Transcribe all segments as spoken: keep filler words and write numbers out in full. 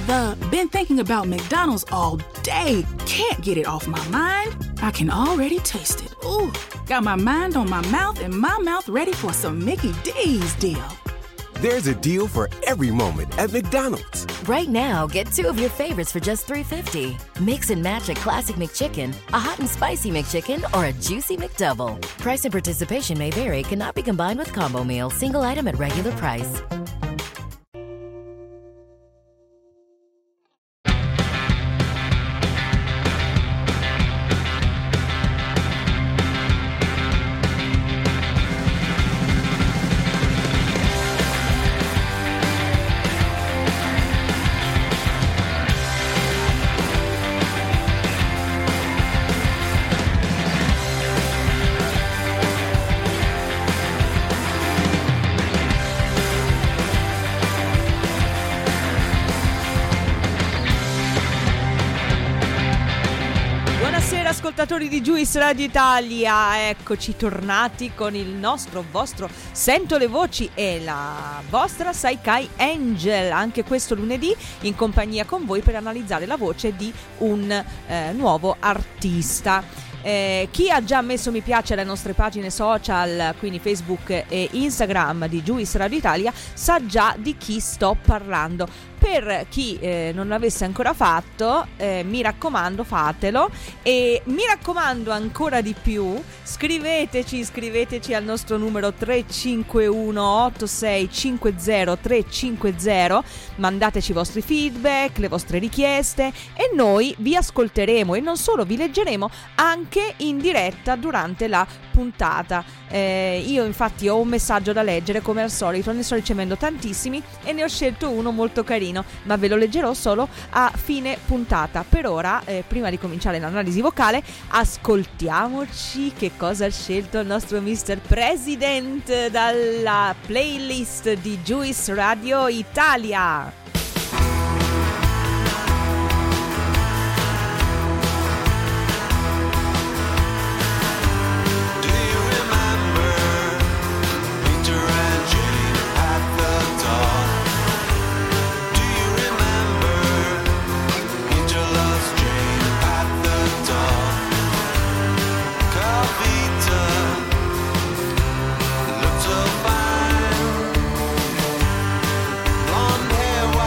The been thinking about McDonald's all day. Can't get it off my mind. I can already taste it. Ooh, got my mind on my mouth and my mouth ready for some Mickey D's deal. There's a deal for every moment at McDonald's. Right now, get two of your favorites for just three fifty. Mix and match a classic McChicken, a hot and spicy McChicken, or a juicy McDouble. Price and participation may vary. Cannot be combined with combo meal. Single item at regular price. Ascoltatori di Juice Radio Italia, eccoci tornati con il nostro, vostro Sento le Voci e la vostra Saikai Angel, anche questo lunedì in compagnia con voi per analizzare la voce di un eh, nuovo artista. Eh, chi ha già messo mi piace alle nostre pagine social, quindi Facebook e Instagram di Juice Radio Italia, sa già di chi sto parlando. Per chi eh, non l'avesse ancora fatto, eh, mi raccomando, fatelo. E mi raccomando ancora di più, scriveteci, scriveteci al nostro numero tre cinque uno otto sei cinque zero tre cinque zero, mandateci i vostri feedback, le vostre richieste e noi vi ascolteremo e non solo, vi leggeremo anche in diretta durante la puntata. Eh, io infatti ho un messaggio da leggere come al solito, ne sto ricevendo tantissimi e ne ho scelto uno molto carino, ma ve lo leggerò solo a fine puntata. Per ora, eh, prima di cominciare l'analisi vocale, ascoltiamoci che cosa ha scelto il nostro mister President dalla playlist di Juice Radio Italia. Looked so fine, blonde hair.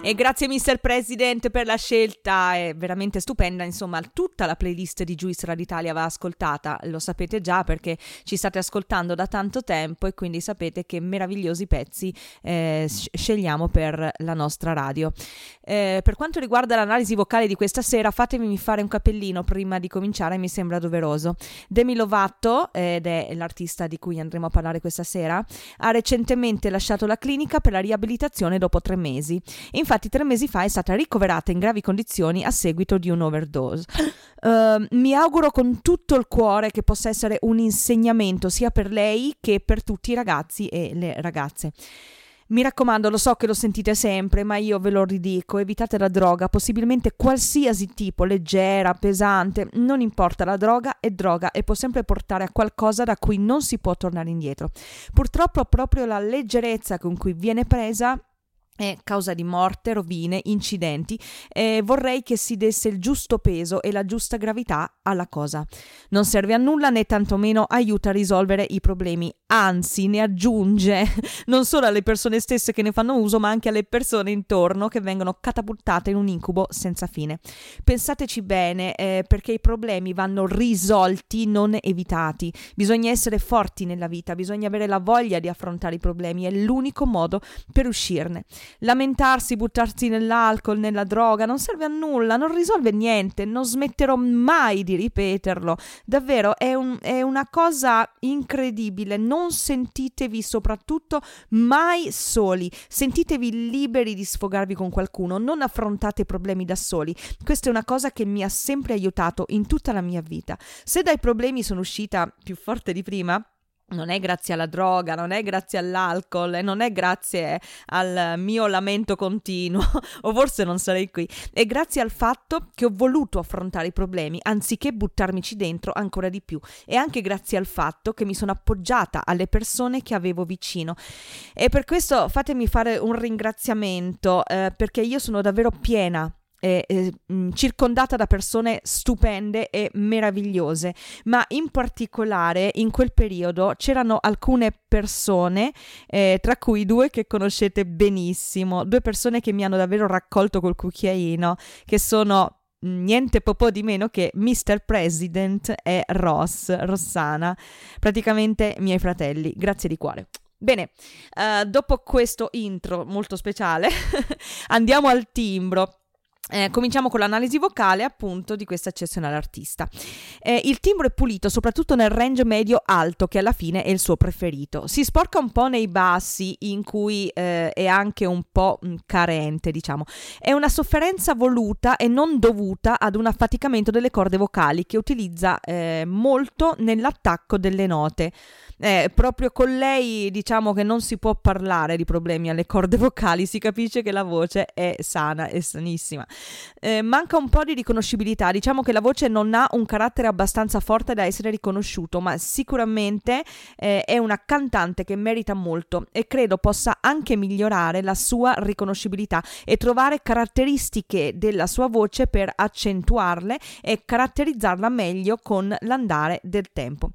E grazie mister President per la scelta, è veramente stupenda. Insomma, tutta la playlist di Juice Radio Italia va ascoltata, lo sapete già perché ci state ascoltando da tanto tempo e quindi sapete che meravigliosi pezzi eh, scegliamo per la nostra radio. Eh, per quanto riguarda l'analisi vocale di questa sera, fatemi fare un cappellino prima di cominciare, mi sembra doveroso. Demi Lovato, ed è l'artista di cui andremo a parlare questa sera, ha recentemente lasciato la clinica per la riabilitazione dopo tre mesi. Infatti tre mesi fa è stata ricoverata in gravi condizioni a seguito di un overdose. Uh, mi auguro con tutto il cuore che possa essere un insegnamento sia per lei che per tutti i ragazzi e le ragazze. Mi raccomando, lo so che lo sentite sempre, ma io ve lo ridico, evitate la droga, possibilmente qualsiasi tipo, leggera, pesante, non importa, la droga è droga e può sempre portare a qualcosa da cui non si può tornare indietro. Purtroppo proprio la leggerezza con cui viene presa è causa di morte, rovine, incidenti e vorrei che si desse il giusto peso e la giusta gravità alla cosa. Non serve a nulla né tantomeno aiuta a risolvere i problemi, anzi ne aggiunge non solo alle persone stesse che ne fanno uso ma anche alle persone intorno che vengono catapultate in un incubo senza fine. Pensateci bene eh, perché i problemi vanno risolti, non evitati. Bisogna essere forti nella vita, bisogna avere la voglia di affrontare i problemi, è l'unico modo per uscirne. Lamentarsi, buttarsi nell'alcol, nella droga non serve a nulla, non risolve niente, non smetterò mai di ripeterlo, davvero è, un, è una cosa incredibile. Non sentitevi soprattutto mai soli, sentitevi liberi di sfogarvi con qualcuno, non affrontate i problemi da soli. Questa è una cosa che mi ha sempre aiutato in tutta la mia vita. Se dai problemi sono uscita più forte di prima, non è grazie alla droga, non è grazie all'alcol e non è grazie al mio lamento continuo, o forse non sarei qui, è grazie al fatto che ho voluto affrontare i problemi anziché buttarmici dentro ancora di più, e anche grazie al fatto che mi sono appoggiata alle persone che avevo vicino. E per questo fatemi fare un ringraziamento eh, perché io sono davvero piena Eh, eh, circondata da persone stupende e meravigliose, ma in particolare in quel periodo c'erano alcune persone eh, tra cui due che conoscete benissimo, due persone che mi hanno davvero raccolto col cucchiaino, che sono niente po' po' di meno che mister President e Ross, Rossana, praticamente miei fratelli. Grazie di cuore. Bene, uh, dopo questo intro molto speciale andiamo al timbro. Eh, cominciamo con l'analisi vocale appunto di questa eccezionale artista. Eh, il timbro è pulito soprattutto nel range medio-alto, che alla fine è il suo preferito. Si sporca un po' nei bassi, in cui eh, è anche un po' mh, carente, diciamo. È una sofferenza voluta e non dovuta ad un affaticamento delle corde vocali che utilizza eh, molto nell'attacco delle note. Eh, proprio con lei diciamo che non si può parlare di problemi alle corde vocali, si capisce che la voce è sana, è sanissima. Eh, manca un po' di riconoscibilità, diciamo che la voce non ha un carattere abbastanza forte da essere riconosciuto, ma sicuramente eh, è una cantante che merita molto e credo possa anche migliorare la sua riconoscibilità e trovare caratteristiche della sua voce per accentuarle e caratterizzarla meglio con l'andare del tempo.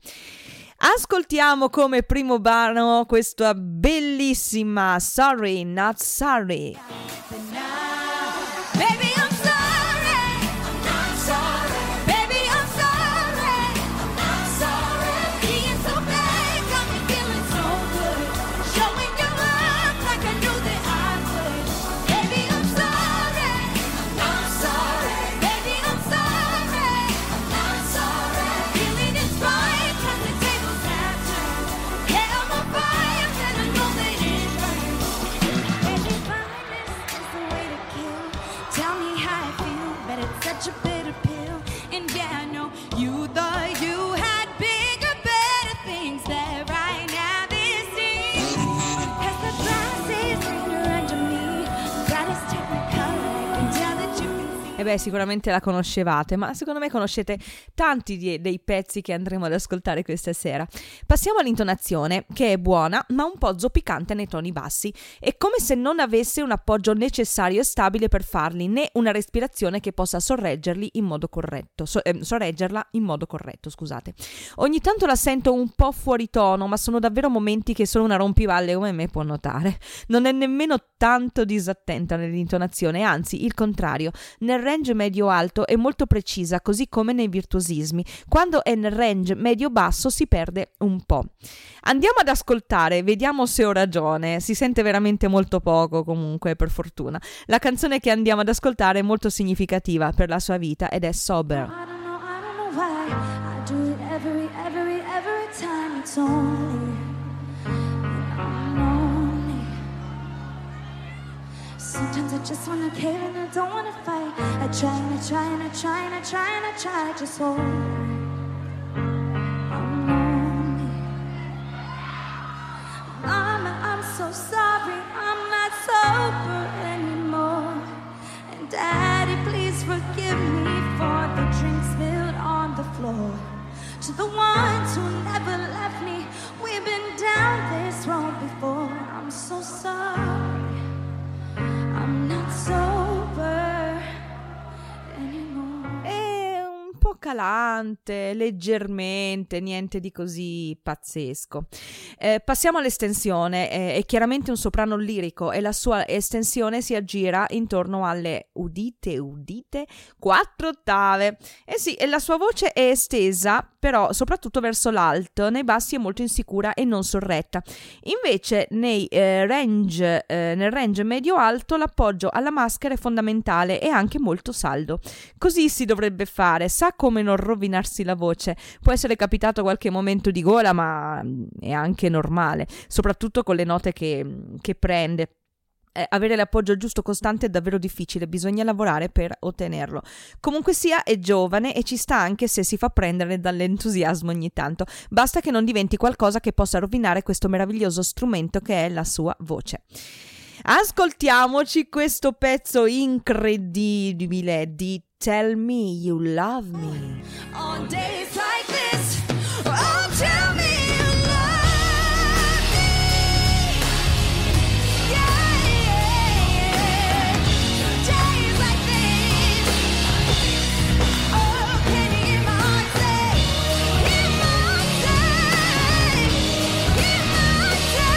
Ascoltiamo come primo brano questa bellissima Sorry Not Sorry. Baby, I'm sorry. I'm not sorry. Baby, I'm sorry. I'm not sorry. Being so bad got me feeling so good. Showing you love like I knew that I would. Baby, I'm sorry. I'm not sorry. Baby, I'm sorry. I'm not sorry. Feeling it's right 'cause the tables have turned. Yeah, I'm on fire and I know that it burns. Baby, fine, this is the E beh, sicuramente la conoscevate, ma secondo me conoscete tanti di- dei pezzi che andremo ad ascoltare questa sera. Passiamo all'intonazione, che è buona, ma un po' zoppicante nei toni bassi. È come se non avesse un appoggio necessario e stabile per farli, né una respirazione che possa sorreggerli in modo corretto. So- eh, sorreggerla in modo corretto, scusate. Ogni tanto la sento un po' fuori tono, ma sono davvero momenti che solo una rompivalle come me può notare. Non è nemmeno tanto disattenta nell'intonazione, anzi, il contrario. Nel range medio-alto è molto precisa, così come nei virtuosismi. Quando è nel range medio-basso si perde un po'. Andiamo ad ascoltare, vediamo se ho ragione. Si sente veramente molto poco, comunque, per fortuna. La canzone che andiamo ad ascoltare è molto significativa per la sua vita ed è Sober. I don't know, I don't know why I do it every, every, every time. It's only when I'm lonely. Sometimes I just wanna cave and I don't wanna fight. I try and I try and I try and I try and I try. Just hold me. I'm lonely. Mama, I'm so sorry. I'm not sober anymore. And Daddy, please forgive me for the drinks spilled on the floor. To the ones who never left me, we've been down this road before. I'm so sorry. I'm not sober anymore. È un po' calante, leggermente, niente di così pazzesco. Eh, passiamo all'estensione. Eh, è chiaramente un soprano lirico e la sua estensione si aggira intorno alle, udite, udite, quattro ottave. Eh sì, e la sua voce è estesa, però soprattutto verso l'alto, nei bassi è molto insicura e non sorretta. Invece nei eh, range, eh, nel range medio-alto l'appoggio alla maschera è fondamentale e anche molto saldo. Così si dovrebbe fare, sa come non rovinarsi la voce. Può essere capitato qualche momento di gola, ma è anche normale, soprattutto con le note che, che prende. Eh, avere l'appoggio giusto costante è davvero difficile, bisogna lavorare per ottenerlo. Comunque sia, è giovane e ci sta anche se si fa prendere dall'entusiasmo ogni tanto. Basta che non diventi qualcosa che possa rovinare questo meraviglioso strumento che è la sua voce. Ascoltiamoci questo pezzo incredibile di Tell Me You Love Me. On days like this, oh, tell me you love me. Yeah, yeah, yeah. Days like this, oh, can you hear my heart say, hear my heart say, hear my heart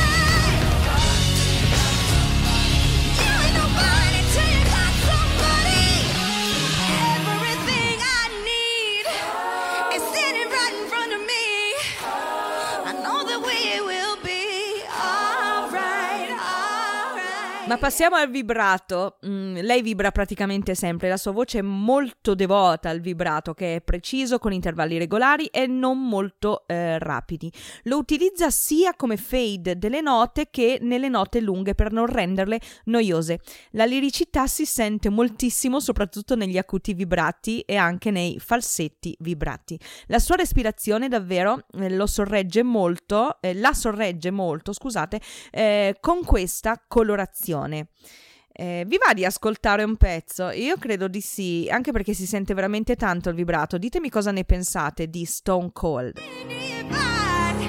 say. You ain't nobody till you got somebody. Everything I need is sitting right in front of me. I know that we will be alright, alright. Ma passiamo al vibrato. Mm, lei vibra praticamente sempre, la sua voce è molto devota al vibrato, che è preciso, con intervalli regolari e non molto eh, rapidi. Lo utilizza sia come fade delle note che nelle note lunghe per non renderle noiose. La liricità si sente moltissimo, soprattutto negli acuti vibrati e anche nei falsetti vibrati. La sua respirazione davvero eh, lo sorregge molto, eh, la sorregge molto, scusate, eh, con questa colorazione. Eh, vi va di ascoltare un pezzo? Io credo di sì, anche perché si sente veramente tanto il vibrato. Ditemi cosa ne pensate di Stone Cold. If I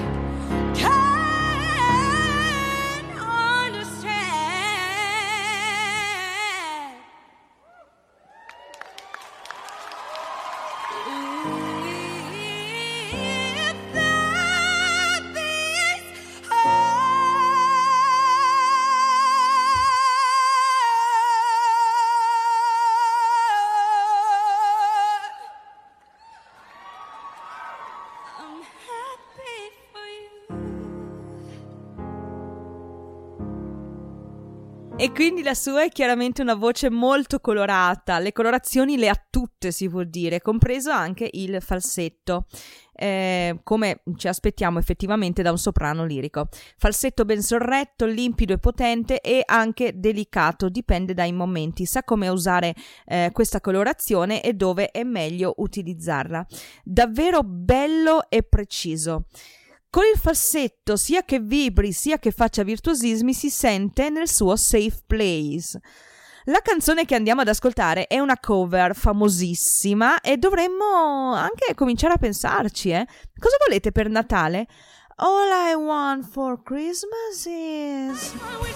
can understand if that is I'm happy for you. E quindi la sua è chiaramente una voce molto colorata, le colorazioni le ha tutte, si può dire, compreso anche il falsetto, eh, come ci aspettiamo effettivamente da un soprano lirico. Falsetto ben sorretto, limpido e potente e anche delicato, dipende dai momenti, sa come usare eh, questa colorazione e dove è meglio utilizzarla. Davvero bello e preciso. Con il falsetto, sia che vibri sia che faccia virtuosismi, si sente nel suo safe place. La canzone che andiamo ad ascoltare è una cover famosissima e dovremmo anche cominciare a pensarci, eh? Cosa volete per Natale? All I want for Christmas is...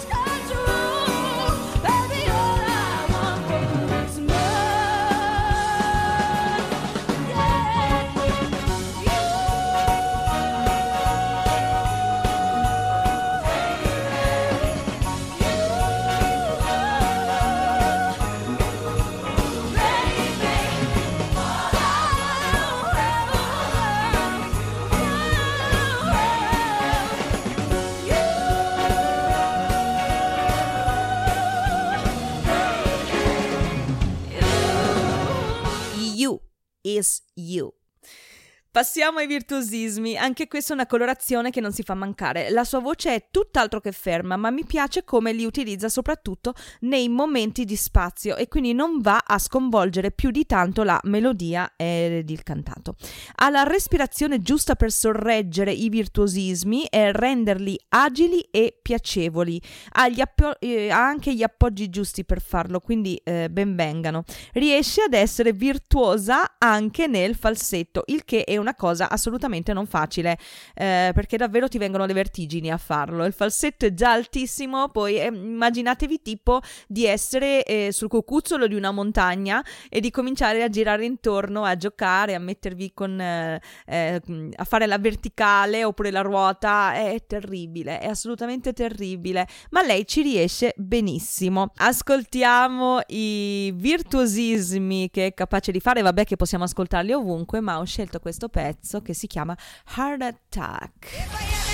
is you. Passiamo ai virtuosismi, anche questa è una colorazione che non si fa mancare. La sua voce è tutt'altro che ferma, ma mi piace come li utilizza soprattutto nei momenti di spazio e quindi non va a sconvolgere più di tanto la melodia ed il cantato. Ha la respirazione giusta per sorreggere i virtuosismi e renderli agili e piacevoli. Ha, gli appio- eh, ha anche gli appoggi giusti per farlo, quindi eh, ben vengano. Riesce ad essere virtuosa anche nel falsetto, il che è una cosa assolutamente non facile, eh, perché davvero ti vengono le vertigini a farlo. Il falsetto è già altissimo, poi eh, immaginatevi tipo di essere eh, sul cucuzzolo di una montagna e di cominciare a girare intorno, a giocare, a mettervi con eh, eh, a fare la verticale oppure la ruota. È terribile, è assolutamente terribile, ma lei ci riesce benissimo. Ascoltiamo i virtuosismi che è capace di fare, vabbè che possiamo ascoltarli ovunque, ma ho scelto questo pezzo che si chiama Heart Attack.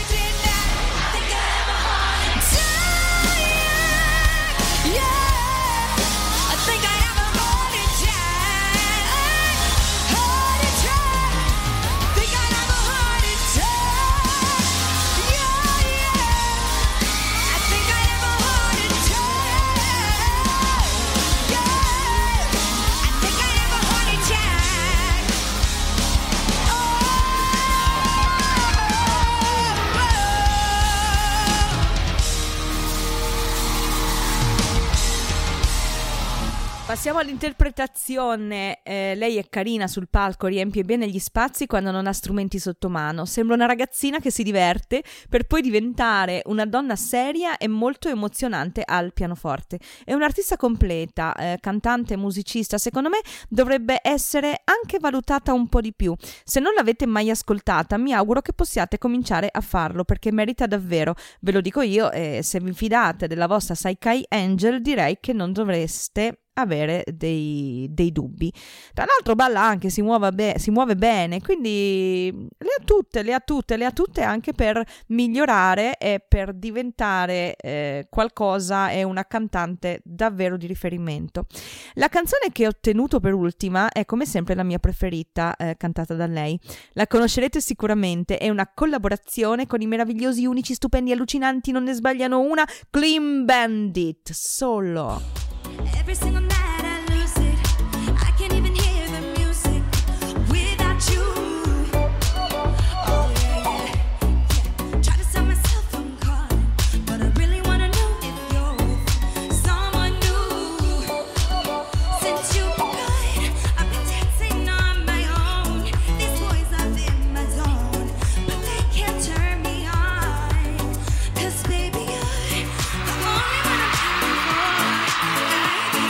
Passiamo all'interpretazione. Eh, lei è carina sul palco, riempie bene gli spazi quando non ha strumenti sotto mano. Sembra una ragazzina che si diverte per poi diventare una donna seria e molto emozionante al pianoforte. È un'artista completa, eh, cantante, musicista. Secondo me dovrebbe essere anche valutata un po' di più. Se non l'avete mai ascoltata, mi auguro che possiate cominciare a farlo perché merita davvero. Ve lo dico io, e se vi fidate della vostra Saikai Angel direi che non dovreste avere dei, dei dubbi. Tra l'altro balla anche, si muove, be- si muove bene, quindi le ha tutte, le ha tutte, le ha tutte anche per migliorare e per diventare eh, qualcosa, è una cantante davvero di riferimento. La canzone che ho ottenuto per ultima è come sempre la mia preferita, eh, cantata da lei. La conoscerete sicuramente, è una collaborazione con i meravigliosi, unici, stupendi, allucinanti, non ne sbagliano una, Clean Bandit, solo. Every single night I lose it. I can't even hear the music without you. Oh yeah, yeah, yeah. Try to tell myself I'm calling, but I really wanna know if you're with someone new. Since you've been gone, I've been dancing on my own. These boys are in my zone, but they can't turn me on. 'Cause baby, you're the only one I'm trying for.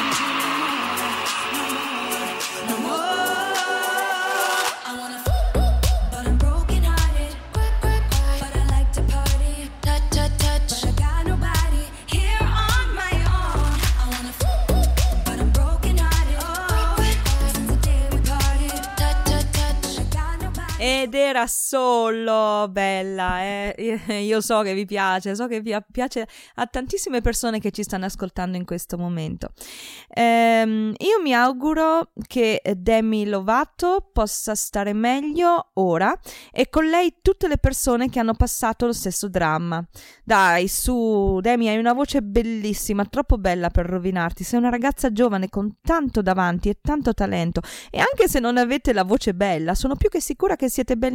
Ed era solo bella, eh? Io so che vi piace, so che vi piace a tantissime persone che ci stanno ascoltando in questo momento. Ehm, io mi auguro che Demi Lovato possa stare meglio ora e con lei tutte le persone che hanno passato lo stesso dramma. Dai, su, Demi, hai una voce bellissima, troppo bella per rovinarti. Sei una ragazza giovane con tanto davanti e tanto talento, e anche se non avete la voce bella, sono più che sicura che siete belli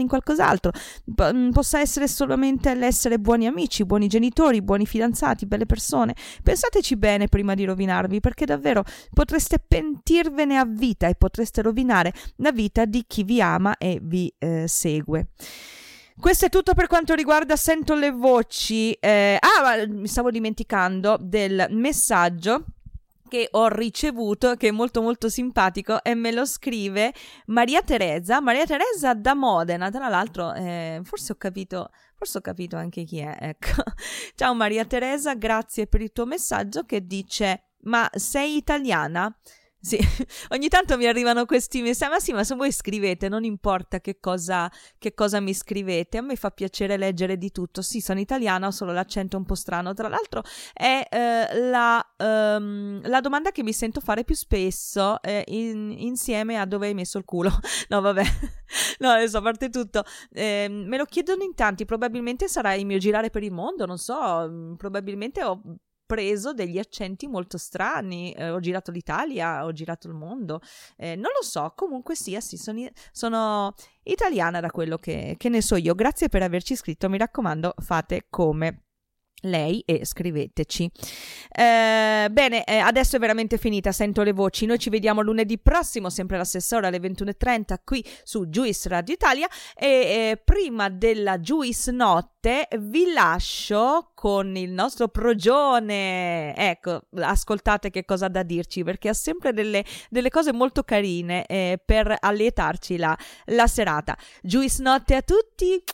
in qualcos'altro, P- possa essere solamente l'essere buoni amici, buoni genitori, buoni fidanzati, belle persone. Pensateci bene prima di rovinarvi, perché davvero potreste pentirvene a vita e potreste rovinare la vita di chi vi ama e vi eh, segue. Questo è tutto per quanto riguarda Sento le voci. Eh, ah, mi stavo dimenticando del messaggio che ho ricevuto, che è molto molto simpatico, e me lo scrive Maria Teresa, Maria Teresa da Modena, tra l'altro eh, forse ho capito, forse ho capito anche chi è, ecco. Ciao Maria Teresa, grazie per il tuo messaggio che dice: ma sei italiana? Sì, ogni tanto mi arrivano questi messaggi, ma sì, ma se voi scrivete, non importa che cosa, che cosa mi scrivete, a me fa piacere leggere di tutto. Sì, sono italiana, ho solo l'accento un po' strano. Tra l'altro è eh, la, um, la domanda che mi sento fare più spesso eh, in, insieme a dove hai messo il culo. No, vabbè, no, adesso a parte tutto, eh, me lo chiedono in tanti, probabilmente sarà il mio girare per il mondo, non so, probabilmente ho preso degli accenti molto strani, eh, ho girato l'Italia, ho girato il mondo, eh, non lo so, comunque sia, sì, sono, sono italiana da quello che, che ne so io. Grazie per averci scritto, mi raccomando, fate come lei e scriveteci. Eh, bene, eh, adesso è veramente finita Sento le voci, noi ci vediamo lunedì prossimo, sempre alla stessa ora, alle ventuno e trenta, qui su Juice Radio Italia, e eh, prima della Juice Notte vi lascio con il nostro Progione. Ecco, ascoltate che cosa ha da dirci, perché ha sempre delle, delle cose molto carine eh, per allietarci la, la serata. Juice Notte a tutti.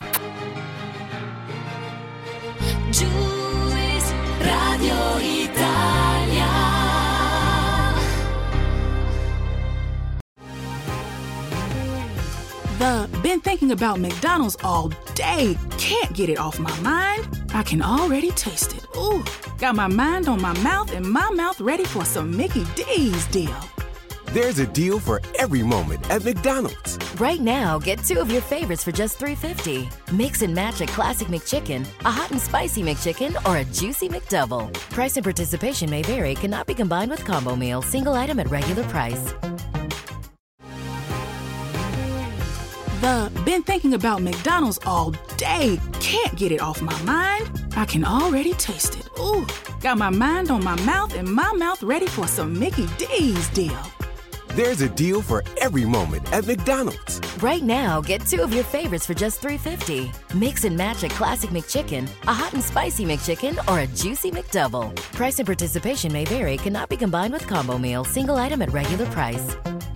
Juice Radio Italia. The been thinking about McDonald's all day. Can't get it off my mind. I can already taste it. Ooh, got my mind on my mouth and my mouth ready for some Mickey D's deal. There's a deal for every moment at McDonald's. Right now, get two of your favorites for just three fifty. Mix and match a classic McChicken, a hot and spicy McChicken, or a juicy McDouble. Price and participation may vary, cannot be combined with combo meal, single item at regular price. The been thinking about McDonald's all day. Can't get it off my mind. I can already taste it. Ooh, got my mind on my mouth and my mouth ready for some Mickey D's deal. There's a deal for every moment at McDonald's. Right now, get two of your favorites for just three fifty. Mix and match a classic McChicken, a hot and spicy McChicken, or a juicy McDouble. Price and participation may vary, cannot be combined with combo meal, single item at regular price.